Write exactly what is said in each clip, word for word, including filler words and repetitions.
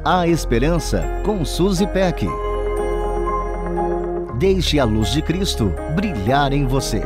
A Esperança com Suzy Peck. Deixe a luz de Cristo brilhar em você.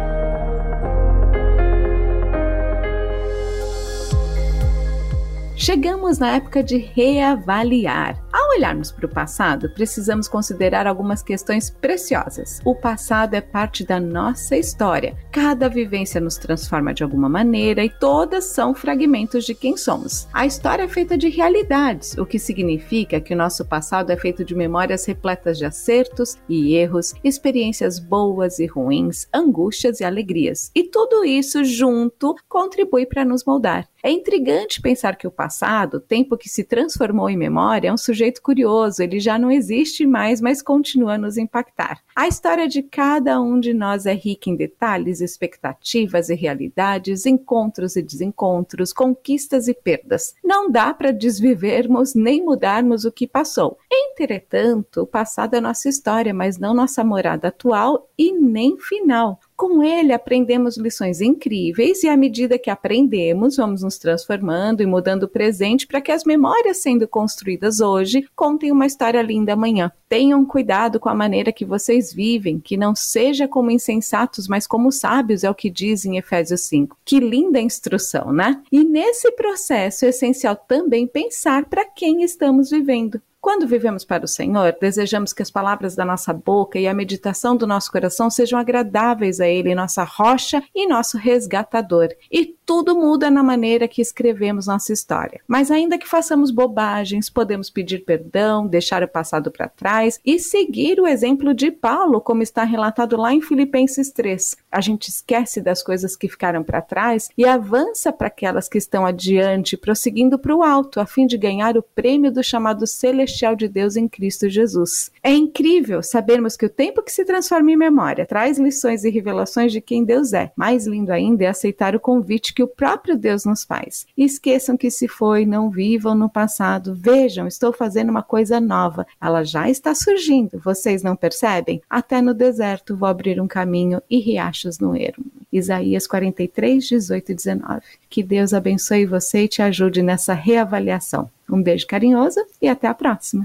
Chegamos na época de reavaliar. Ao olharmos para o passado, precisamos considerar algumas questões preciosas. O passado é parte da nossa história. Cada vivência nos transforma de alguma maneira e todas são fragmentos de quem somos. A história é feita de realidades, o que significa que o nosso passado é feito de memórias repletas de acertos e erros, experiências boas e ruins, angústias e alegrias. E tudo isso junto contribui para nos moldar. É intrigante pensar que o passado, tempo que se transformou em memória, é um sujeito curioso, ele já não existe mais, mas continua a nos impactar. A história de cada um de nós é rica em detalhes, expectativas e realidades, encontros e desencontros, conquistas e perdas. Não dá para desvivermos nem mudarmos o que passou. Entretanto, o passado é nossa história, mas não nossa morada atual e nem final. Com ele, aprendemos lições incríveis e, à medida que aprendemos, vamos nos transformando e mudando o presente para que as memórias sendo construídas hoje contem uma história linda amanhã. Tenham cuidado com a maneira que vocês vivem, que não seja como insensatos, mas como sábios, é o que diz em Efésios cinco. Que linda instrução, né? E nesse processo é essencial também pensar para quem estamos vivendo. Quando vivemos para o Senhor, desejamos que as palavras da nossa boca e a meditação do nosso coração sejam agradáveis a Ele, nossa rocha e nosso resgatador. E tudo muda na maneira que escrevemos nossa história. Mas ainda que façamos bobagens, podemos pedir perdão, deixar o passado para trás e seguir o exemplo de Paulo, como está relatado lá em Filipenses três. A gente esquece das coisas que ficaram para trás e avança para aquelas que estão adiante, prosseguindo para o alto, a fim de ganhar o prêmio do chamado celestial de Deus em Cristo Jesus. É incrível sabermos que o tempo que se transforma em memória traz lições e revelações de quem Deus é. Mais lindo ainda é aceitar o convite que o próprio Deus nos faz. E esqueçam que se foi, não vivam no passado. Vejam, estou fazendo uma coisa nova. Ela já está surgindo. Vocês não percebem? Até no deserto vou abrir um caminho e riachos no ermo. Isaías quarenta e três, dezoito e dezenove. Que Deus abençoe você e te ajude nessa reavaliação. Um beijo carinhoso e até a próxima.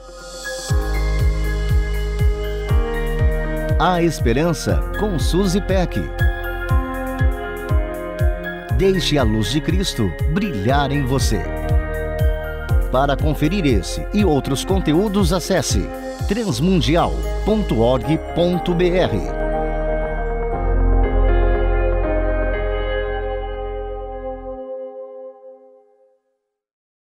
A Esperança com Suzy Peck. Deixe a luz de Cristo brilhar em você. Para conferir esse e outros conteúdos, acesse transmundial ponto org ponto br.